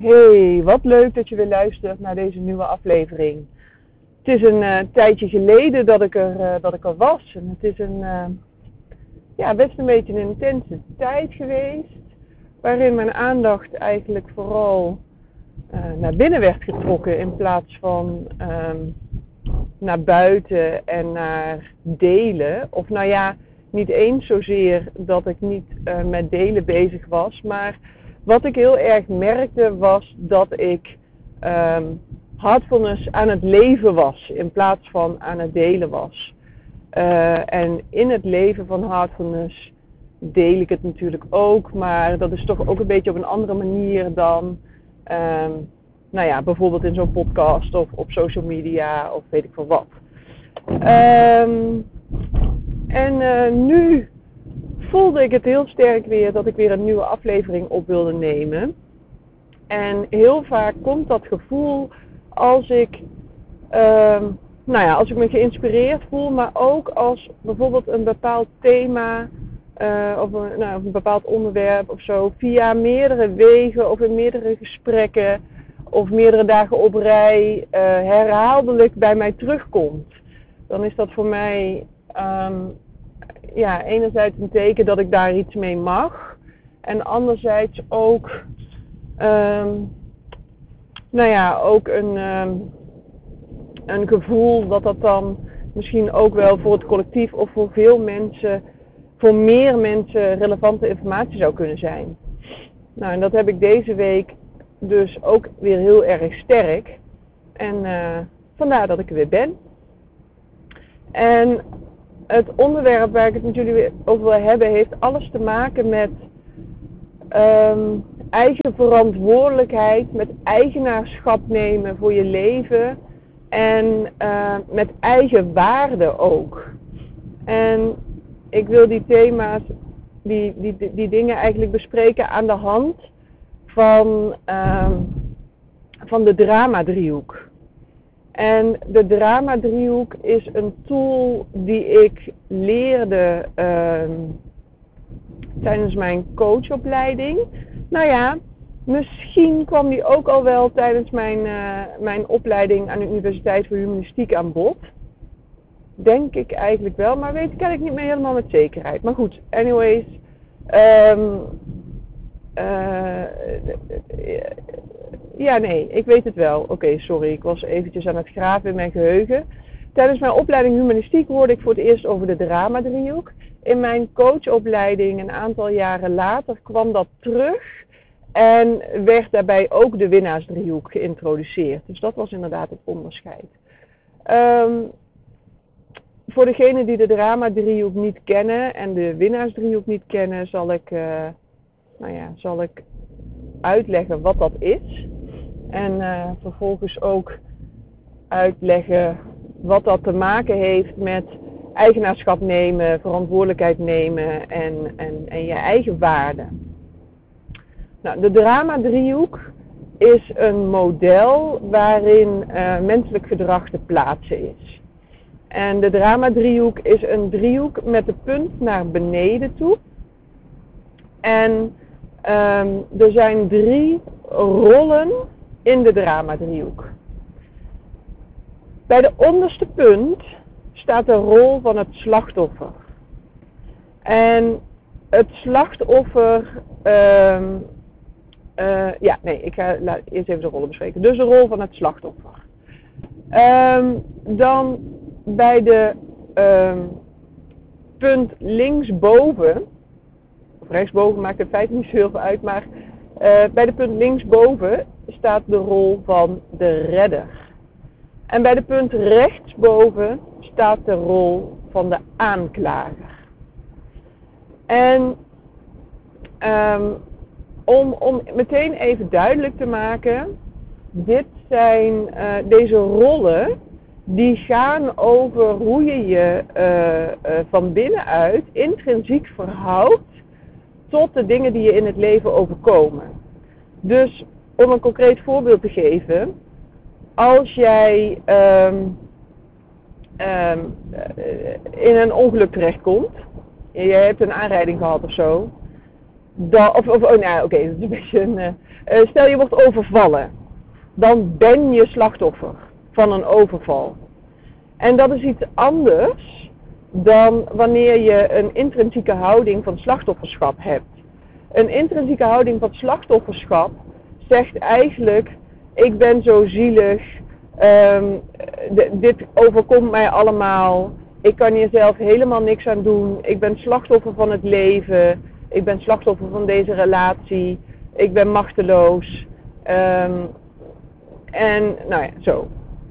Hey, wat leuk dat je weer luistert naar deze nieuwe aflevering. Het is een tijdje geleden dat ik er was. En het is best een beetje een intense tijd geweest. Waarin mijn aandacht eigenlijk vooral naar binnen werd getrokken in plaats van naar buiten en naar delen. Of nou ja, niet eens zozeer dat ik niet met delen bezig was, maar wat ik heel erg merkte was dat ik heartfulness aan het leven was in plaats van aan het delen was. En in het leven van heartfulness deel ik het natuurlijk ook, maar dat is toch ook een beetje op een andere manier dan bijvoorbeeld in zo'n podcast of op social media of weet ik veel wat. Nu voelde ik het heel sterk weer dat ik weer een nieuwe aflevering op wilde nemen. En heel vaak komt dat gevoel als ik me geïnspireerd voel, maar ook als bijvoorbeeld een bepaald thema of een bepaald onderwerp of zo via meerdere wegen of in meerdere gesprekken of meerdere dagen op rij herhaaldelijk bij mij terugkomt. Dan is dat voor mij enerzijds een teken dat ik daar iets mee mag. En anderzijds ook een gevoel dat dan misschien ook wel voor het collectief of voor veel mensen, voor meer mensen relevante informatie zou kunnen zijn. Nou, en dat heb ik deze week dus ook weer heel erg sterk. En vandaar dat ik er weer ben. En het onderwerp waar ik het met jullie weer over wil hebben, heeft alles te maken met eigen verantwoordelijkheid, met eigenaarschap nemen voor je leven en met eigen waarde ook. En ik wil die thema's, die dingen eigenlijk bespreken aan de hand van de drama-driehoek. En de drama-driehoek is een tool die ik leerde tijdens mijn coachopleiding. Nou ja, misschien kwam die ook al wel tijdens mijn opleiding aan de Universiteit voor Humanistiek aan bod. Denk ik eigenlijk wel, maar weet ik niet meer helemaal met zekerheid. Maar goed, anyways. Ik weet het wel. Oké, sorry, ik was eventjes aan het graven in mijn geheugen. Tijdens mijn opleiding Humanistiek hoorde ik voor het eerst over de drama-driehoek. In mijn coachopleiding een aantal jaren later kwam dat terug en werd daarbij ook de winnaarsdriehoek geïntroduceerd. Dus dat was inderdaad het onderscheid. Voor degenen die de drama-driehoek niet kennen en de winnaarsdriehoek niet kennen, zal ik uitleggen wat dat is. En vervolgens ook uitleggen wat dat te maken heeft met eigenaarschap nemen, verantwoordelijkheid nemen en je eigen waarde. Nou, de drama-driehoek is een model waarin menselijk gedrag te plaatsen is. En de drama-driehoek is een driehoek met de punt naar beneden toe. En er zijn 3 rollen in de drama-driehoek. Bij de onderste punt staat de rol van het slachtoffer. En het slachtoffer... ik ga eerst even de rollen bespreken. Dus de rol van het slachtoffer. Dan bij de punt linksboven... Of rechtsboven maakt in feite niet zo heel veel uit, maar bij de punt linksboven staat de rol van de redder. En bij de punt rechtsboven staat de rol van de aanklager. En om meteen even duidelijk te maken, deze rollen, die gaan over hoe je je van binnenuit intrinsiek verhoudt tot de dingen die je in het leven overkomen. Dus om een concreet voorbeeld te geven, als jij in een ongeluk terechtkomt, je hebt een aanrijding gehad of zo, dat is een beetje een... stel je wordt overvallen. Dan ben je slachtoffer van een overval. En dat is iets anders dan wanneer je een intrinsieke houding van slachtofferschap hebt. Een intrinsieke houding van slachtofferschap zegt eigenlijk, ik ben zo zielig, dit overkomt mij allemaal, ik kan hier zelf helemaal niks aan doen, ik ben slachtoffer van het leven, ik ben slachtoffer van deze relatie, ik ben machteloos. En nou ja, zo.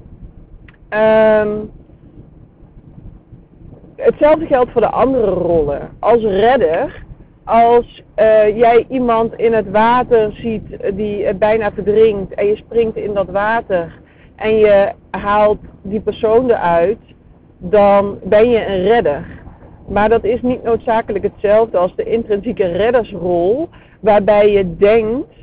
Hetzelfde geldt voor de andere rollen. Als redder, als jij iemand in het water ziet die bijna verdrinkt en je springt in dat water en je haalt die persoon eruit, dan ben je een redder. Maar dat is niet noodzakelijk hetzelfde als de intrinsieke reddersrol, waarbij je denkt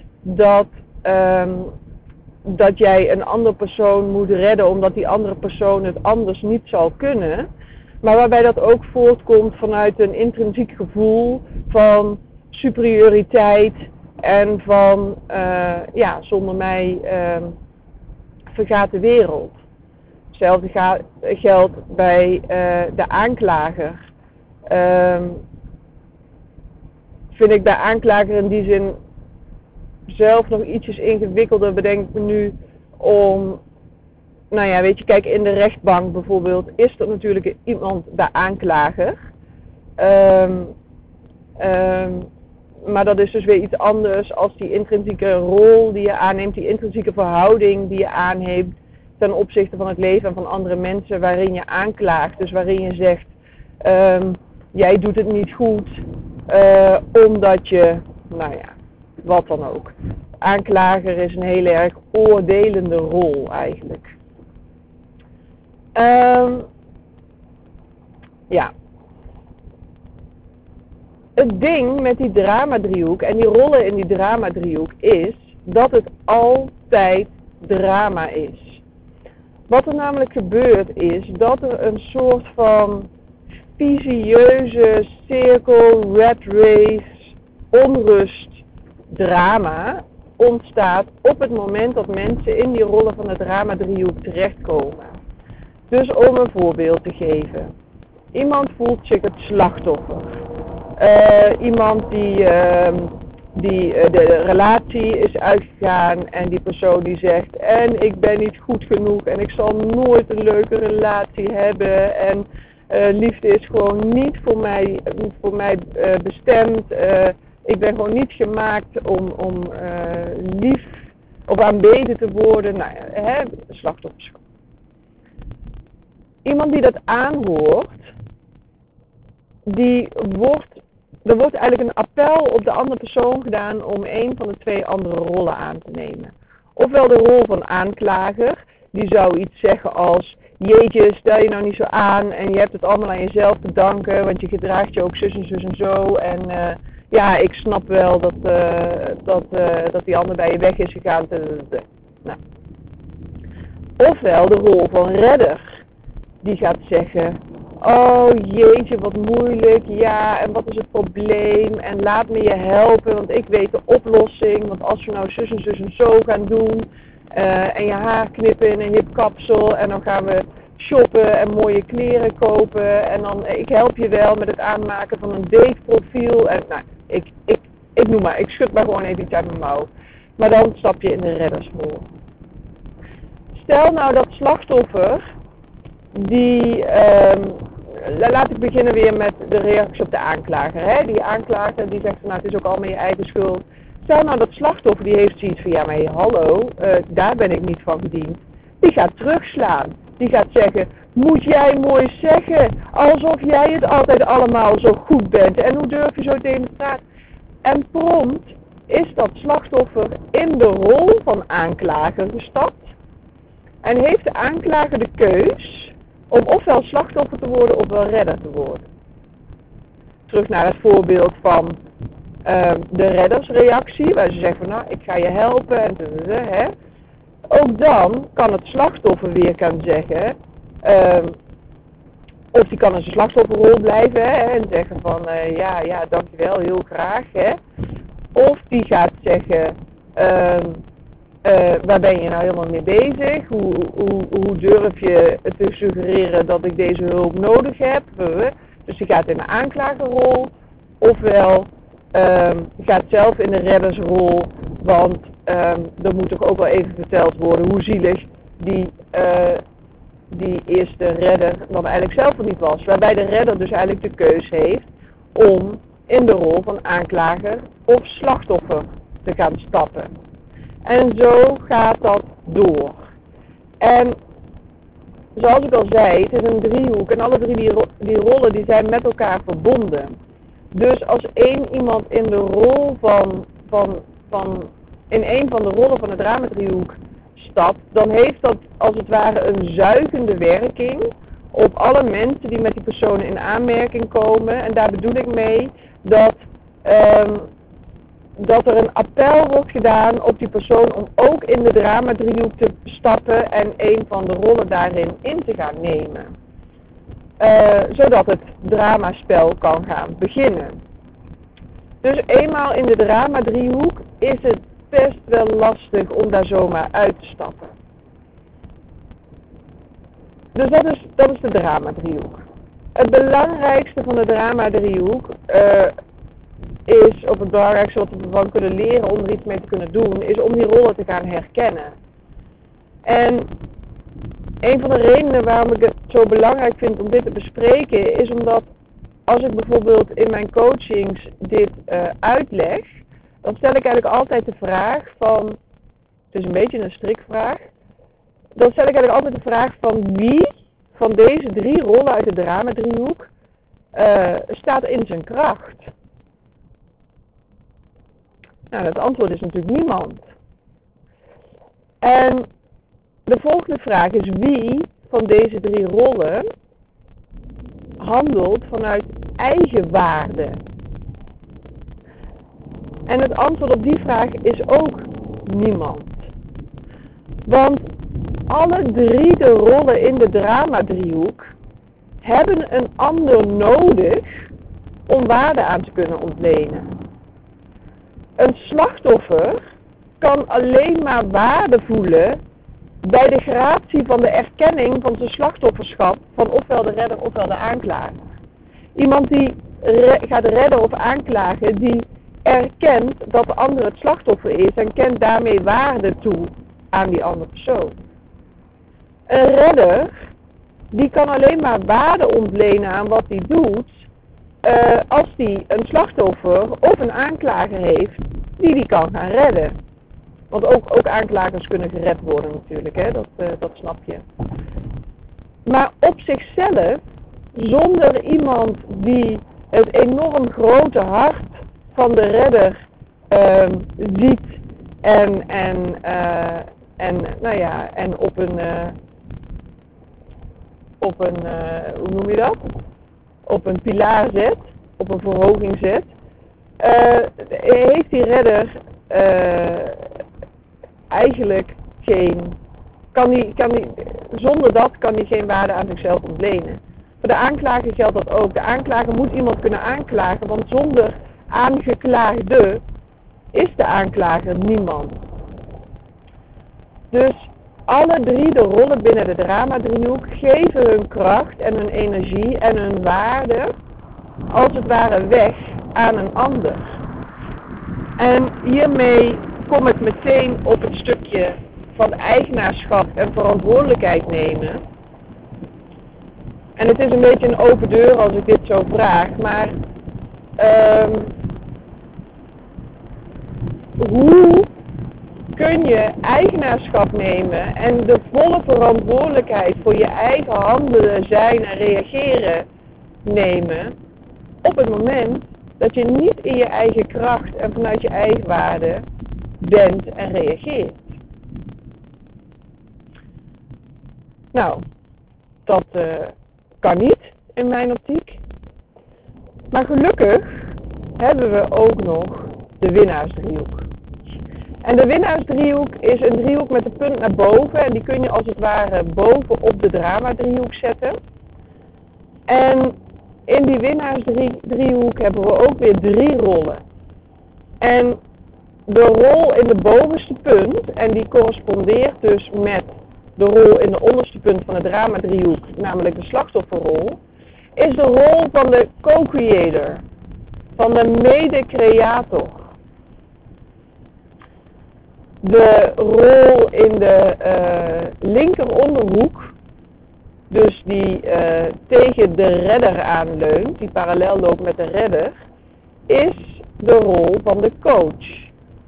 dat jij een andere persoon moet redden omdat die andere persoon het anders niet zal kunnen. Maar waarbij dat ook voortkomt vanuit een intrinsiek gevoel van superioriteit en van, zonder mij vergaat de wereld. Hetzelfde geldt bij de aanklager. Vind ik de aanklager in die zin zelf nog ietsjes ingewikkelder, bedenk me nu, om, nou ja, weet je, kijk, in de rechtbank bijvoorbeeld is er natuurlijk iemand de aanklager. Maar dat is dus weer iets anders als die intrinsieke rol die je aanneemt, die intrinsieke verhouding die je aanneemt ten opzichte van het leven van andere mensen, waarin je aanklaagt. Dus waarin je zegt, jij doet het niet goed, omdat je, nou ja, wat dan ook. Aanklager is een heel erg oordelende rol eigenlijk. Ja. Het ding met die drama-driehoek en die rollen in die drama-driehoek is dat het altijd drama is. Wat er namelijk gebeurt is dat er een soort van visieuze cirkel, rat race, onrust, drama ontstaat op het moment dat mensen in die rollen van de drama-driehoek terechtkomen. Dus om een voorbeeld te geven. Iemand voelt zich het slachtoffer. Iemand die de relatie is uitgegaan en die persoon die zegt, en ik ben niet goed genoeg en ik zal nooit een leuke relatie hebben en liefde is gewoon niet voor mij bestemd. Ik ben gewoon niet gemaakt om lief of aanbeden te worden. Nou ja, slachtofferschap. Iemand die dat aanhoort, er wordt eigenlijk een appel op de andere persoon gedaan om een van de twee andere rollen aan te nemen. Ofwel de rol van aanklager, die zou iets zeggen als, jeetje, stel je nou niet zo aan en je hebt het allemaal aan jezelf te danken, want je gedraagt je ook zus en zo. En ja, ik snap wel dat die ander bij je weg is gegaan. Nou. Ofwel de rol van redder, die gaat zeggen, oh jeetje, wat moeilijk, ja, en wat is het probleem, en laat me je helpen, want ik weet de oplossing, want als we nou zus en zo gaan doen, en je haar knippen in een hip kapsel, en dan gaan we shoppen en mooie kleren kopen, en dan, ik help je wel met het aanmaken van een dateprofiel, en nou, ik noem maar, ik schud maar gewoon even iets uit mijn mouw. Maar dan stap je in de reddersrol. Stel nou dat slachtoffer, laat ik beginnen weer met de reactie op de aanklager. Hè? Die aanklager die zegt, nou het is ook allemaal je eigen schuld. Stel nou dat slachtoffer die heeft zoiets van, ja maar hallo, daar ben ik niet van gediend. Die gaat terugslaan. Die gaat zeggen, moet jij mooi zeggen, alsof jij het altijd allemaal zo goed bent. En hoe durf je zo tegen de straat? En prompt is dat slachtoffer in de rol van aanklager gestapt. En heeft de aanklager de keus om ofwel slachtoffer te worden ofwel redder te worden. Terug naar het voorbeeld van de reddersreactie, waar ze zeggen van nou, ik ga je helpen. En ook dan kan het slachtoffer weer gaan zeggen, of die kan in zijn slachtofferrol blijven en zeggen van ja, dankjewel, heel graag. Of die gaat zeggen, waar ben je nou helemaal mee bezig? Hoe durf je te suggereren dat ik deze hulp nodig heb? Dus die gaat in de aanklagerrol. Ofwel gaat zelf in de reddersrol, want er moet toch ook wel even verteld worden hoe zielig die eerste redder dan eigenlijk zelf niet was. Waarbij de redder dus eigenlijk de keus heeft om in de rol van aanklager of slachtoffer te gaan stappen. En zo gaat dat door. En zoals ik al zei, het is een driehoek en alle drie die rollen die zijn met elkaar verbonden. Dus als één iemand in de rol in een van de rollen van de dramadriehoek stapt, dan heeft dat als het ware een zuigende werking op alle mensen die met die personen in aanmerking komen. En daar bedoel ik mee dat er een appel wordt gedaan op die persoon om ook in de dramadriehoek te stappen en een van de rollen daarin in te gaan nemen. Zodat het dramaspel kan gaan beginnen. Dus eenmaal in de dramadriehoek is het best wel lastig om daar zomaar uit te stappen. Dus dat is de dramadriehoek. Het belangrijkste van de dramadriehoek is, of het belangrijkste wat we ervan kunnen leren om er iets mee te kunnen doen, is om die rollen te gaan herkennen. En een van de redenen waarom ik het zo belangrijk vind om dit te bespreken, is omdat als ik bijvoorbeeld in mijn coachings dit uitleg, dan stel ik eigenlijk altijd de vraag van, het is een beetje een strikvraag, dan stel ik eigenlijk altijd de vraag van wie van deze drie rollen uit de dramadriehoek staat in zijn kracht. Nou, het antwoord is natuurlijk niemand. En de volgende vraag is wie van deze drie rollen handelt vanuit eigen waarde? En het antwoord op die vraag is ook niemand. Want alle drie de rollen in de dramadriehoek hebben een ander nodig om waarde aan te kunnen ontlenen. Een slachtoffer kan alleen maar waarde voelen bij de gratie van de erkenning van zijn slachtofferschap van ofwel de redder ofwel de aanklager. Iemand die gaat redden of aanklagen, die erkent dat de ander het slachtoffer is en kent daarmee waarde toe aan die andere persoon. Een redder, die kan alleen maar waarde ontlenen aan wat hij doet als hij een slachtoffer of een aanklager heeft die kan gaan redden. Want ook aanklagers kunnen gered worden natuurlijk, hè? Dat snap je. Maar op zichzelf, zonder iemand die het enorm grote hart van de redder ziet en hoe noem je dat? Op een pilaar zet, op een verhoging zet, heeft die redder eigenlijk zonder dat kan hij geen waarde aan zichzelf ontlenen. Voor de aanklager geldt dat ook. De aanklager moet iemand kunnen aanklagen, want zonder aangeklaagde is de aanklager niemand. Dus alle drie de rollen binnen de dramadriehoek geven hun kracht en hun energie en hun waarde als het ware weg aan een ander. En hiermee kom ik meteen op het stukje van eigenaarschap en verantwoordelijkheid nemen. En het is een beetje een open deur als ik dit zo vraag, maar hoe kun je eigenaarschap nemen en de volle verantwoordelijkheid voor je eigen handelen, zijn en reageren nemen op het moment dat je niet in je eigen kracht en vanuit je eigen waarde bent en reageert? Nou, dat kan niet in mijn optiek. Maar gelukkig hebben we ook nog de winnaarsdriehoek. En de winnaarsdriehoek is een driehoek met de punt naar boven. En die kun je als het ware bovenop de dramadriehoek zetten. En in die winnaarsdriehoek hebben we ook weer drie rollen. En de rol in de bovenste punt, en die correspondeert dus met de rol in de onderste punt van het drama-driehoek, namelijk de slachtofferrol, is de rol van de co-creator, van de mede-creator. De rol in de linkeronderhoek, dus die tegen de redder aanleunt, die parallel loopt met de redder, is de rol van de coach.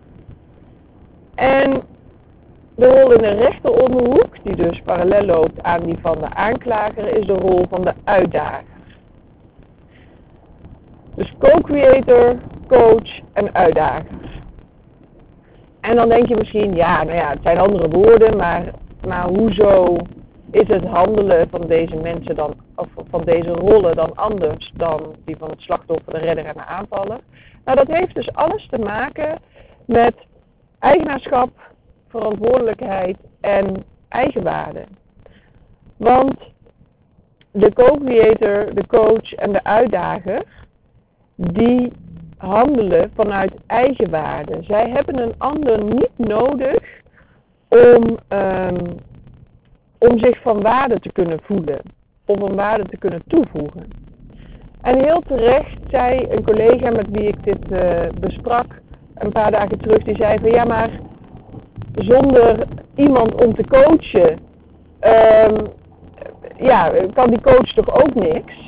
En de rol in de rechteronderhoek, die dus parallel loopt aan die van de aanklager, is de rol van de uitdager. Dus co-creator, coach en uitdager. En dan denk je misschien, het zijn andere woorden, maar hoezo is het handelen van deze mensen dan, of van deze rollen dan anders dan die van het slachtoffer, de redder en de aanvaller? Nou, dat heeft dus alles te maken met eigenaarschap, verantwoordelijkheid en eigenwaarde. Want de co-creator, de coach en de uitdager, die handelen vanuit eigenwaarde. Zij hebben een ander niet nodig om zich van waarde te kunnen voelen of een waarde te kunnen toevoegen. En heel terecht zei een collega met wie ik dit besprak een paar dagen terug, die zei van maar zonder iemand om te coachen, kan die coach toch ook niks?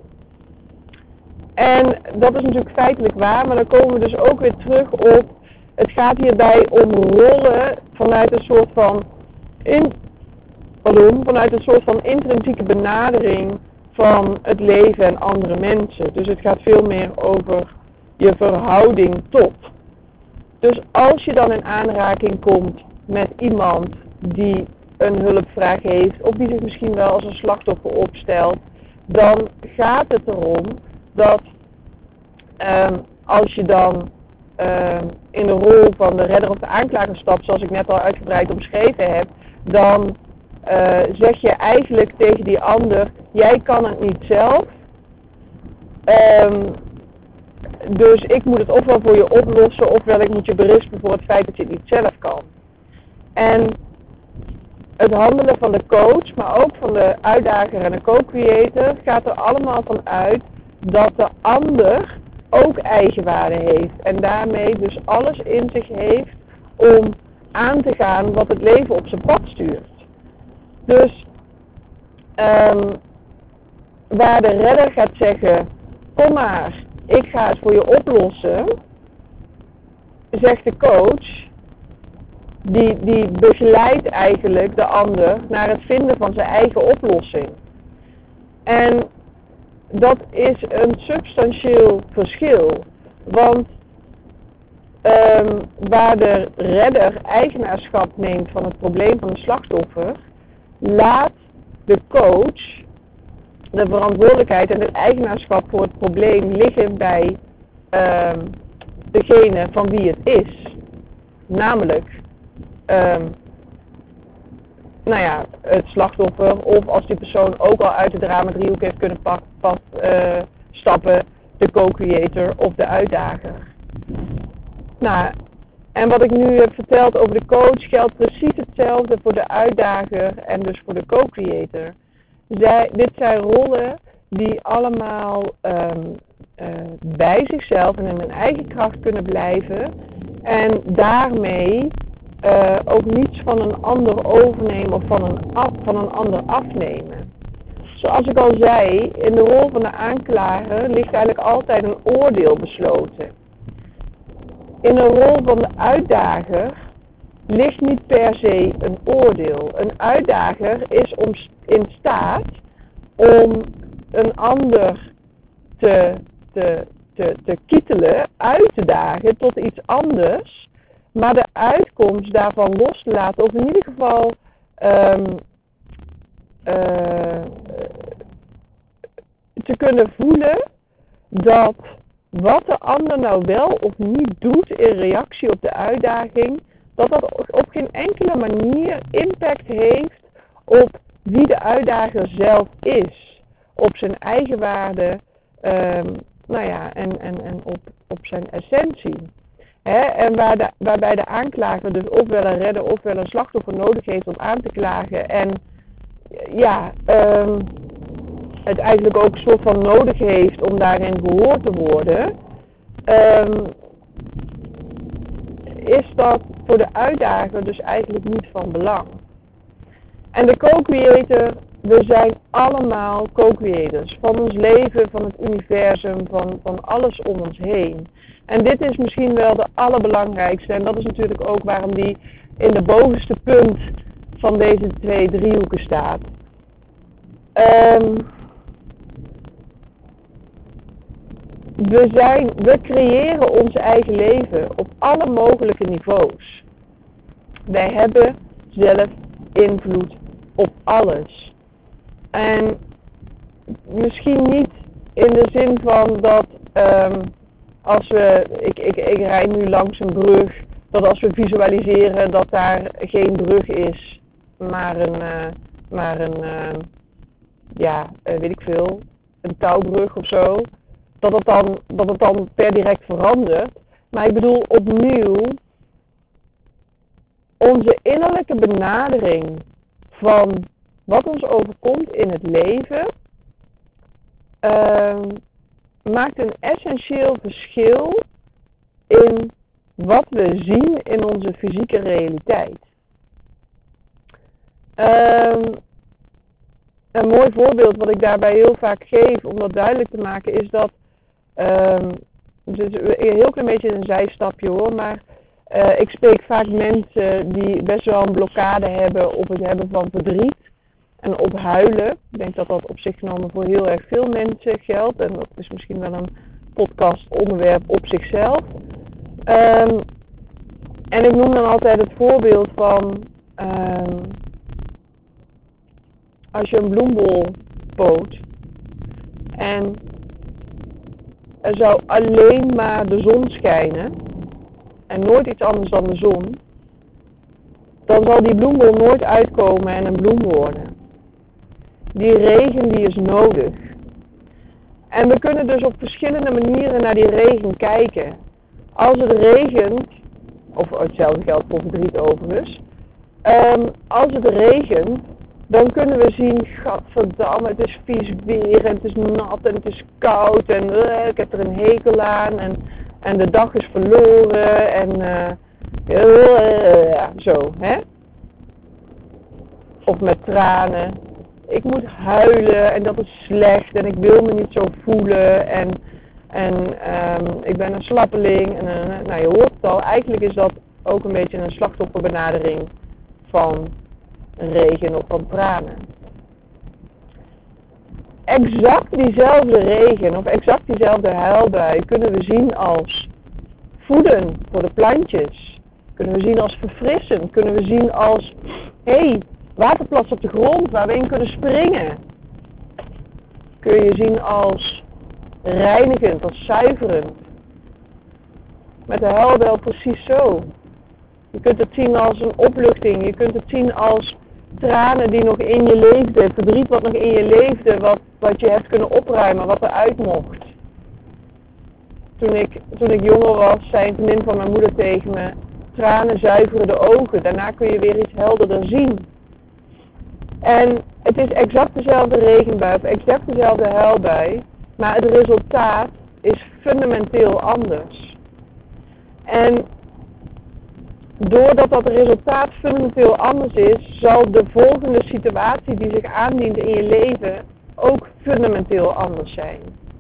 En dat is natuurlijk feitelijk waar, maar dan komen we dus ook weer terug op, het gaat hierbij om rollen vanuit een soort van intrinsieke benadering van het leven en andere mensen. Dus het gaat veel meer over je verhouding tot. Dus als je dan in aanraking komt met iemand die een hulpvraag heeft, of die zich misschien wel als een slachtoffer opstelt, dan gaat het erom dat als je dan in de rol van de redder of de aanklager stapt, zoals ik net al uitgebreid omschreven heb, dan zeg je eigenlijk tegen die ander, jij kan het niet zelf, dus ik moet het ofwel voor je oplossen, ofwel ik moet je berispen voor het feit dat je het niet zelf kan. En het handelen van de coach, maar ook van de uitdager en de co-creator, gaat er allemaal van uit dat de ander ook eigenwaarde heeft. En daarmee dus alles in zich heeft om aan te gaan wat het leven op zijn pad stuurt. Dus waar de redder gaat zeggen, kom maar, ik ga het voor je oplossen, zegt de coach, die begeleidt eigenlijk de ander naar het vinden van zijn eigen oplossing. En dat is een substantieel verschil. Want waar de redder eigenaarschap neemt van het probleem van de slachtoffer, laat de coach de verantwoordelijkheid en het eigenaarschap voor het probleem liggen bij degene van wie het is. Namelijk het slachtoffer, of als die persoon ook al uit de drama-driehoek heeft kunnen stappen, de co-creator of de uitdager. Nou, en wat ik nu heb verteld over de coach geldt precies hetzelfde voor de uitdager en dus voor de co-creator. Dit zijn rollen die allemaal bij zichzelf en in hun eigen kracht kunnen blijven en daarmee ook niets van een ander overnemen of van een ander afnemen. Zoals ik al zei, in de rol van de aanklager ligt eigenlijk altijd een oordeel besloten. In de rol van de uitdager ligt niet per se een oordeel. Een uitdager is in staat om een ander te kietelen, uit te dagen tot iets anders, maar de uitkomst daarvan los te laten, of in ieder geval te kunnen voelen dat wat de ander nou wel of niet doet in reactie op de uitdaging, dat op geen enkele manier impact heeft op wie de uitdager zelf is. Op zijn eigenwaarde en op zijn essentie. En waarbij de aanklager dus ofwel een redder ofwel een slachtoffer nodig heeft om aan te klagen. En ja, het eigenlijk ook een soort van nodig heeft om daarin gehoord te worden. Is dat voor de uitdager dus eigenlijk niet van belang. En de co-creator, we zijn allemaal co-creators. Van ons leven, van het universum, van alles om ons heen. En dit is misschien wel de allerbelangrijkste. En dat is natuurlijk ook waarom die in de bovenste punt van deze 2 driehoeken staat. We creëren ons eigen leven op alle mogelijke niveaus. Wij hebben zelf invloed op alles. En misschien niet in de zin van dat als we, ik rijd nu langs een brug, dat als we visualiseren dat daar geen brug is, maar een weet ik veel, een touwbrug of zo, dat het dan per direct verandert. Maar ik bedoel opnieuw, onze innerlijke benadering van wat ons overkomt in het leven maakt een essentieel verschil in wat we zien in onze fysieke realiteit. Een mooi voorbeeld wat ik daarbij heel vaak geef om dat duidelijk te maken is dat, dus een heel klein beetje een zijstapje hoor, maar ik spreek vaak mensen die best wel een blokkade hebben op het hebben van verdriet en op huilen. Ik denk dat dat op zich genomen voor heel erg veel mensen geldt en dat is misschien wel een podcast onderwerp op zichzelf. En ik noem dan altijd het voorbeeld van als je een bloembol poot en er zou alleen maar de zon schijnen en nooit iets anders dan de zon, dan zal die bloembol nooit uitkomen en een bloem worden. Die regen die is nodig. En we kunnen dus op verschillende manieren naar die regen kijken. Als het regent, of hetzelfde geldt voor verdriet overigens, als het regent, dan kunnen we zien, gadverdamme, het is vies weer en het is nat en het is koud en ik heb er een hekel aan en de dag is verloren en zo, hè. Of met tranen. Ik moet huilen en dat is slecht en ik wil me niet zo voelen en ik ben een slappeling en nou je hoort het al, eigenlijk is dat ook een beetje een slachtofferbenadering van regen of van tranen. Exact diezelfde regen of exact diezelfde huilbui kunnen we zien als voeden voor de plantjes. Kunnen we zien als verfrissend. Kunnen we zien als, waterplas op de grond waar we in kunnen springen. Kun je zien als reinigend, als zuiverend. Met de huilbui precies zo. Je kunt het zien als een opluchting. Je kunt het zien als tranen die nog in je leefden. Verdriet wat nog in je leefde. Wat je hebt kunnen opruimen. Wat eruit mocht. Toen ik jonger was, zei een vriendin van mijn moeder tegen me. Tranen zuiveren de ogen. Daarna kun je weer iets helderder zien. En het is exact dezelfde regenbui. Of exact dezelfde huilbui. Maar het resultaat is fundamenteel anders. En doordat dat resultaat fundamenteel anders is, zal de volgende situatie die zich aandient in je leven ook fundamenteel anders zijn.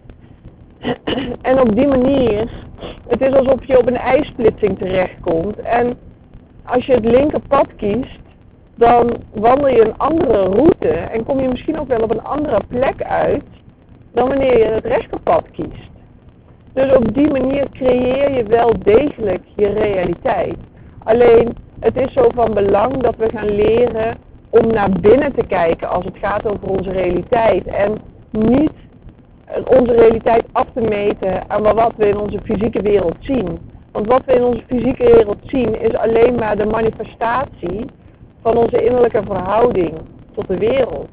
En op die manier, het is alsof je op een ijsplitsing terechtkomt en als je het linkerpad kiest, dan wandel je een andere route en kom je misschien ook wel op een andere plek uit dan wanneer je het rechterpad kiest. Dus op die manier creëer je wel degelijk je realiteit. Alleen, het is zo van belang dat we gaan leren om naar binnen te kijken als het gaat over onze realiteit. En niet onze realiteit af te meten aan wat we in onze fysieke wereld zien. Want wat we in onze fysieke wereld zien is alleen maar de manifestatie van onze innerlijke verhouding tot de wereld.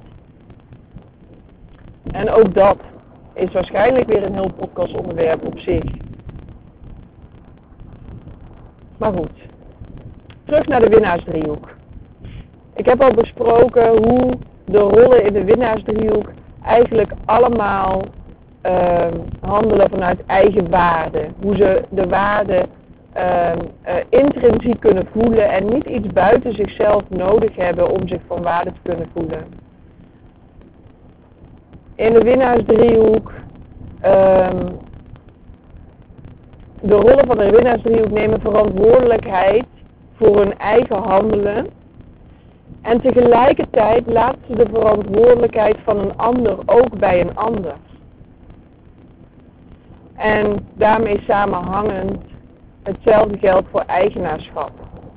En ook dat is waarschijnlijk weer een heel podcastonderwerp op zich. Maar goed, terug naar de winnaarsdriehoek. Ik heb al besproken hoe de rollen in de winnaarsdriehoek eigenlijk allemaal handelen vanuit eigen waarde. Hoe ze de waarde intrinsiek kunnen voelen en niet iets buiten zichzelf nodig hebben om zich van waarde te kunnen voelen. In de winnaarsdriehoek, de rollen van de winnaarsdriehoek nemen verantwoordelijkheid voor hun eigen handelen. En tegelijkertijd laten ze de verantwoordelijkheid van een ander ook bij een ander. En daarmee samenhangend hetzelfde geldt voor eigenaarschap.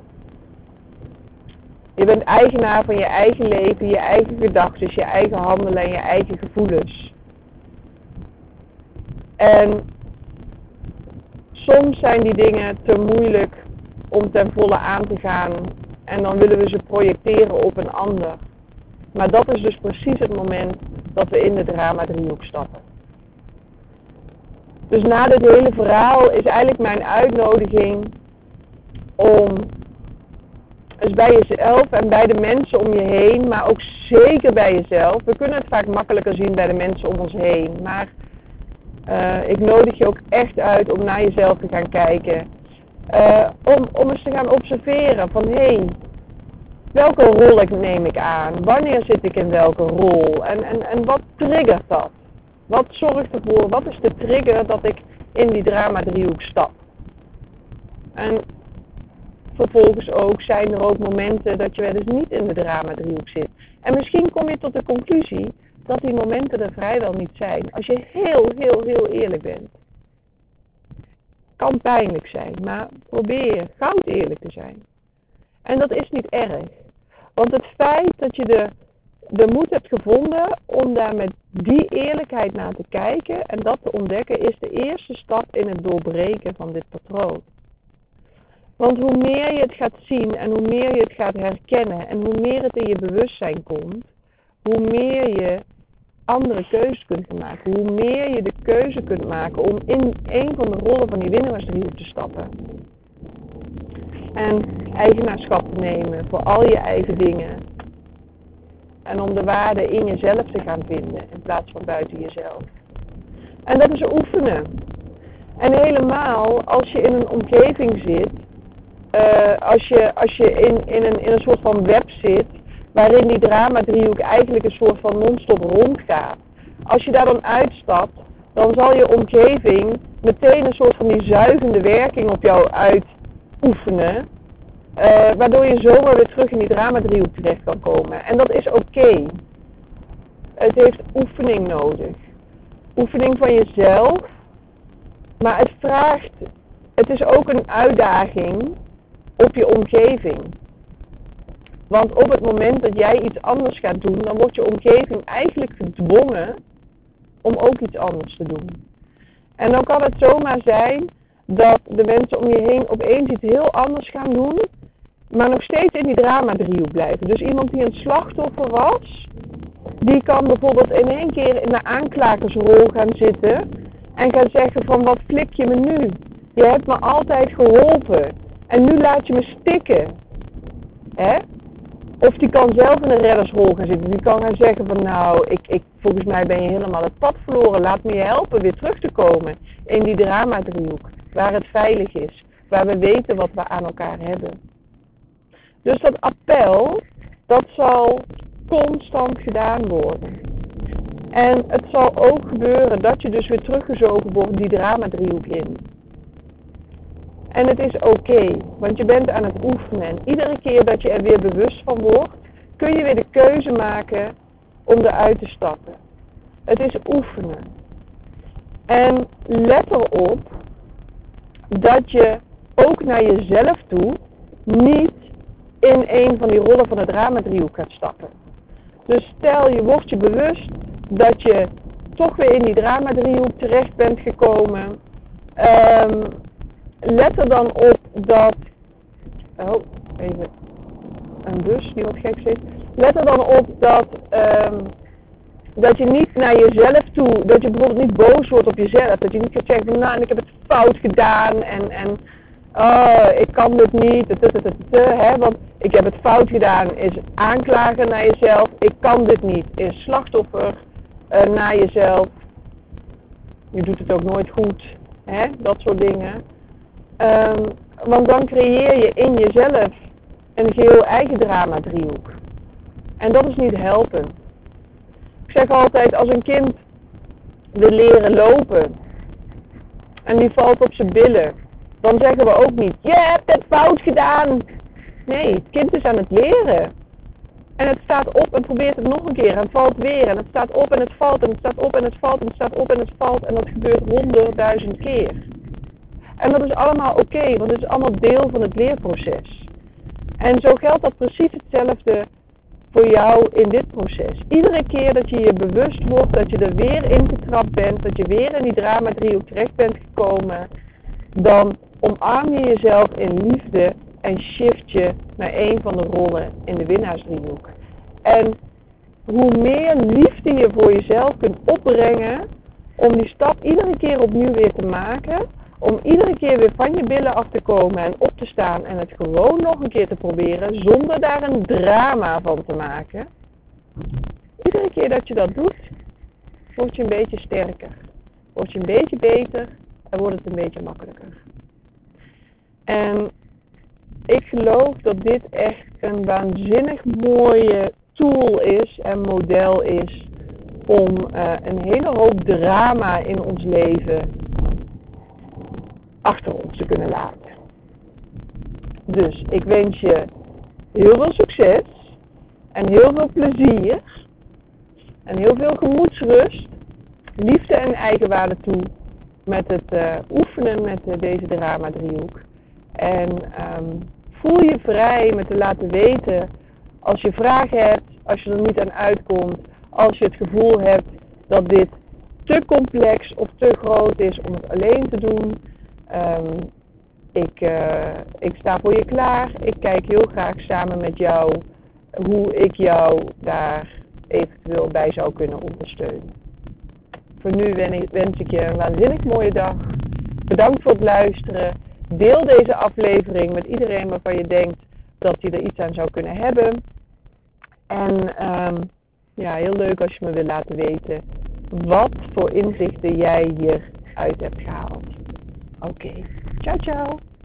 Je bent eigenaar van je eigen leven, je eigen gedachten, je eigen handelen en je eigen gevoelens. En soms zijn die dingen te moeilijk om ten volle aan te gaan en dan willen we ze projecteren op een ander. Maar dat is dus precies het moment dat we in de drama-driehoek stappen. Dus na dit hele verhaal is eigenlijk mijn uitnodiging om eens bij jezelf en bij de mensen om je heen, maar ook zeker bij jezelf. We kunnen het vaak makkelijker zien bij de mensen om ons heen, maar ik nodig je ook echt uit om naar jezelf te gaan kijken. Om eens te gaan observeren van welke rol neem ik aan? Wanneer zit ik in welke rol? En wat triggert dat? Wat zorgt ervoor? Wat is de trigger dat ik in die drama-driehoek stap? En vervolgens ook zijn er ook momenten dat je wel eens niet in de drama-driehoek zit. En misschien kom je tot de conclusie dat die momenten er vrijwel niet zijn. Als je heel eerlijk bent. Kan pijnlijk zijn, maar probeer goud eerlijk te zijn. En dat is niet erg. Want het feit dat je de moed hebt gevonden om daar met die eerlijkheid naar te kijken en dat te ontdekken, is de eerste stap in het doorbreken van dit patroon. Want hoe meer je het gaat zien en hoe meer je het gaat herkennen en hoe meer het in je bewustzijn komt, hoe meer je andere keuzes kunt gaan maken. Hoe meer je de keuze kunt maken om in een van de rollen van die winnaarsdriehoek te stappen. En eigenaarschap te nemen voor al je eigen dingen. En om de waarde in jezelf te gaan vinden in plaats van buiten jezelf. En dat is oefenen. En helemaal als je in een omgeving zit, als je in een soort van web zit, waarin die drama-driehoek eigenlijk een soort van non-stop rondgaat. Als je daar dan uitstapt, dan zal je omgeving meteen een soort van die zuigende werking op jou uitoefenen. Waardoor je zomaar weer terug in die drama-driehoek terecht kan komen. En dat is oké. Het heeft oefening nodig. Oefening van jezelf. Maar het is ook een uitdaging op je omgeving. Want op het moment dat jij iets anders gaat doen, dan wordt je omgeving eigenlijk gedwongen om ook iets anders te doen. En dan kan het zomaar zijn dat de mensen om je heen opeens iets heel anders gaan doen, maar nog steeds in die drama-driehoek blijven. Dus iemand die een slachtoffer was, die kan bijvoorbeeld in één keer in de aanklagersrol gaan zitten en gaan zeggen van wat flik je me nu? Je hebt me altijd geholpen en nu laat je me stikken. Hè? Of die kan zelf in een reddersrol gaan zitten. Die kan gaan zeggen van nou, volgens mij ben je helemaal het pad verloren. Laat me je helpen weer terug te komen in die drama-driehoek. Waar het veilig is. Waar we weten wat we aan elkaar hebben. Dus dat appel, dat zal constant gedaan worden. En het zal ook gebeuren dat je dus weer teruggezogen wordt die drama-driehoek in. En het is oké, want je bent aan het oefenen. En iedere keer dat je er weer bewust van wordt, kun je weer de keuze maken om eruit te stappen. Het is oefenen. En let erop dat je ook naar jezelf toe niet in een van die rollen van het drama-driehoek gaat stappen. Dus stel je wordt je bewust dat je toch weer in die drama-driehoek terecht bent gekomen. Let er dan op dat... Oh, even een bus die wat gek zit. Let er dan op dat je niet naar jezelf toe, dat je bijvoorbeeld niet boos wordt op jezelf. Dat je niet gaat zeggen van nou, ik heb het fout gedaan en ik kan dit niet, hè, want ik heb het fout gedaan, is aanklagen naar jezelf. Ik kan dit niet, is slachtoffer naar jezelf. Je doet het ook nooit goed, hè, dat soort dingen. Want dan creëer je in jezelf een geheel eigen drama-driehoek. En dat is niet helpen. Ik zeg altijd, als een kind wil leren lopen en die valt op zijn billen, dan zeggen we ook niet, je hebt het fout gedaan. Nee, het kind is aan het leren. En het staat op en probeert het nog een keer en valt weer. En het staat op en het valt en het staat op en het valt en het staat op en het valt. En dat gebeurt 100.000 keer. En dat is allemaal oké, want het is allemaal deel van het leerproces. En zo geldt dat precies hetzelfde voor jou in dit proces. Iedere keer dat je je bewust wordt dat je er weer in getrapt bent, dat je weer in die drama-driehoek terecht bent gekomen, dan omarm je jezelf in liefde en shift je naar een van de rollen in de winnaarsdriehoek. En hoe meer liefde je voor jezelf kunt opbrengen om die stap iedere keer opnieuw weer te maken, om iedere keer weer van je billen af te komen en op te staan en het gewoon nog een keer te proberen zonder daar een drama van te maken. Iedere keer dat je dat doet, word je een beetje sterker. Word je een beetje beter en wordt het een beetje makkelijker. En ik geloof dat dit echt een waanzinnig mooie tool is en model is om een hele hoop drama in ons leven achter ons te kunnen laten. Dus ik wens je heel veel succes en heel veel plezier en heel veel gemoedsrust, liefde en eigenwaarde toe met het oefenen met deze drama-driehoek. En voel je vrij met te laten weten als je vragen hebt, als je er niet aan uitkomt, als je het gevoel hebt dat dit te complex of te groot is om het alleen te doen. Ik sta voor je klaar. Ik kijk heel graag samen met jou hoe ik jou daar eventueel bij zou kunnen ondersteunen. Voor nu wens ik je een waanzinnig mooie dag. Bedankt voor het luisteren. Deel deze aflevering met iedereen waarvan je denkt dat hij er iets aan zou kunnen hebben. En heel leuk als je me wil laten weten wat voor inzichten jij hieruit hebt gehaald. Oké, ciao ciao.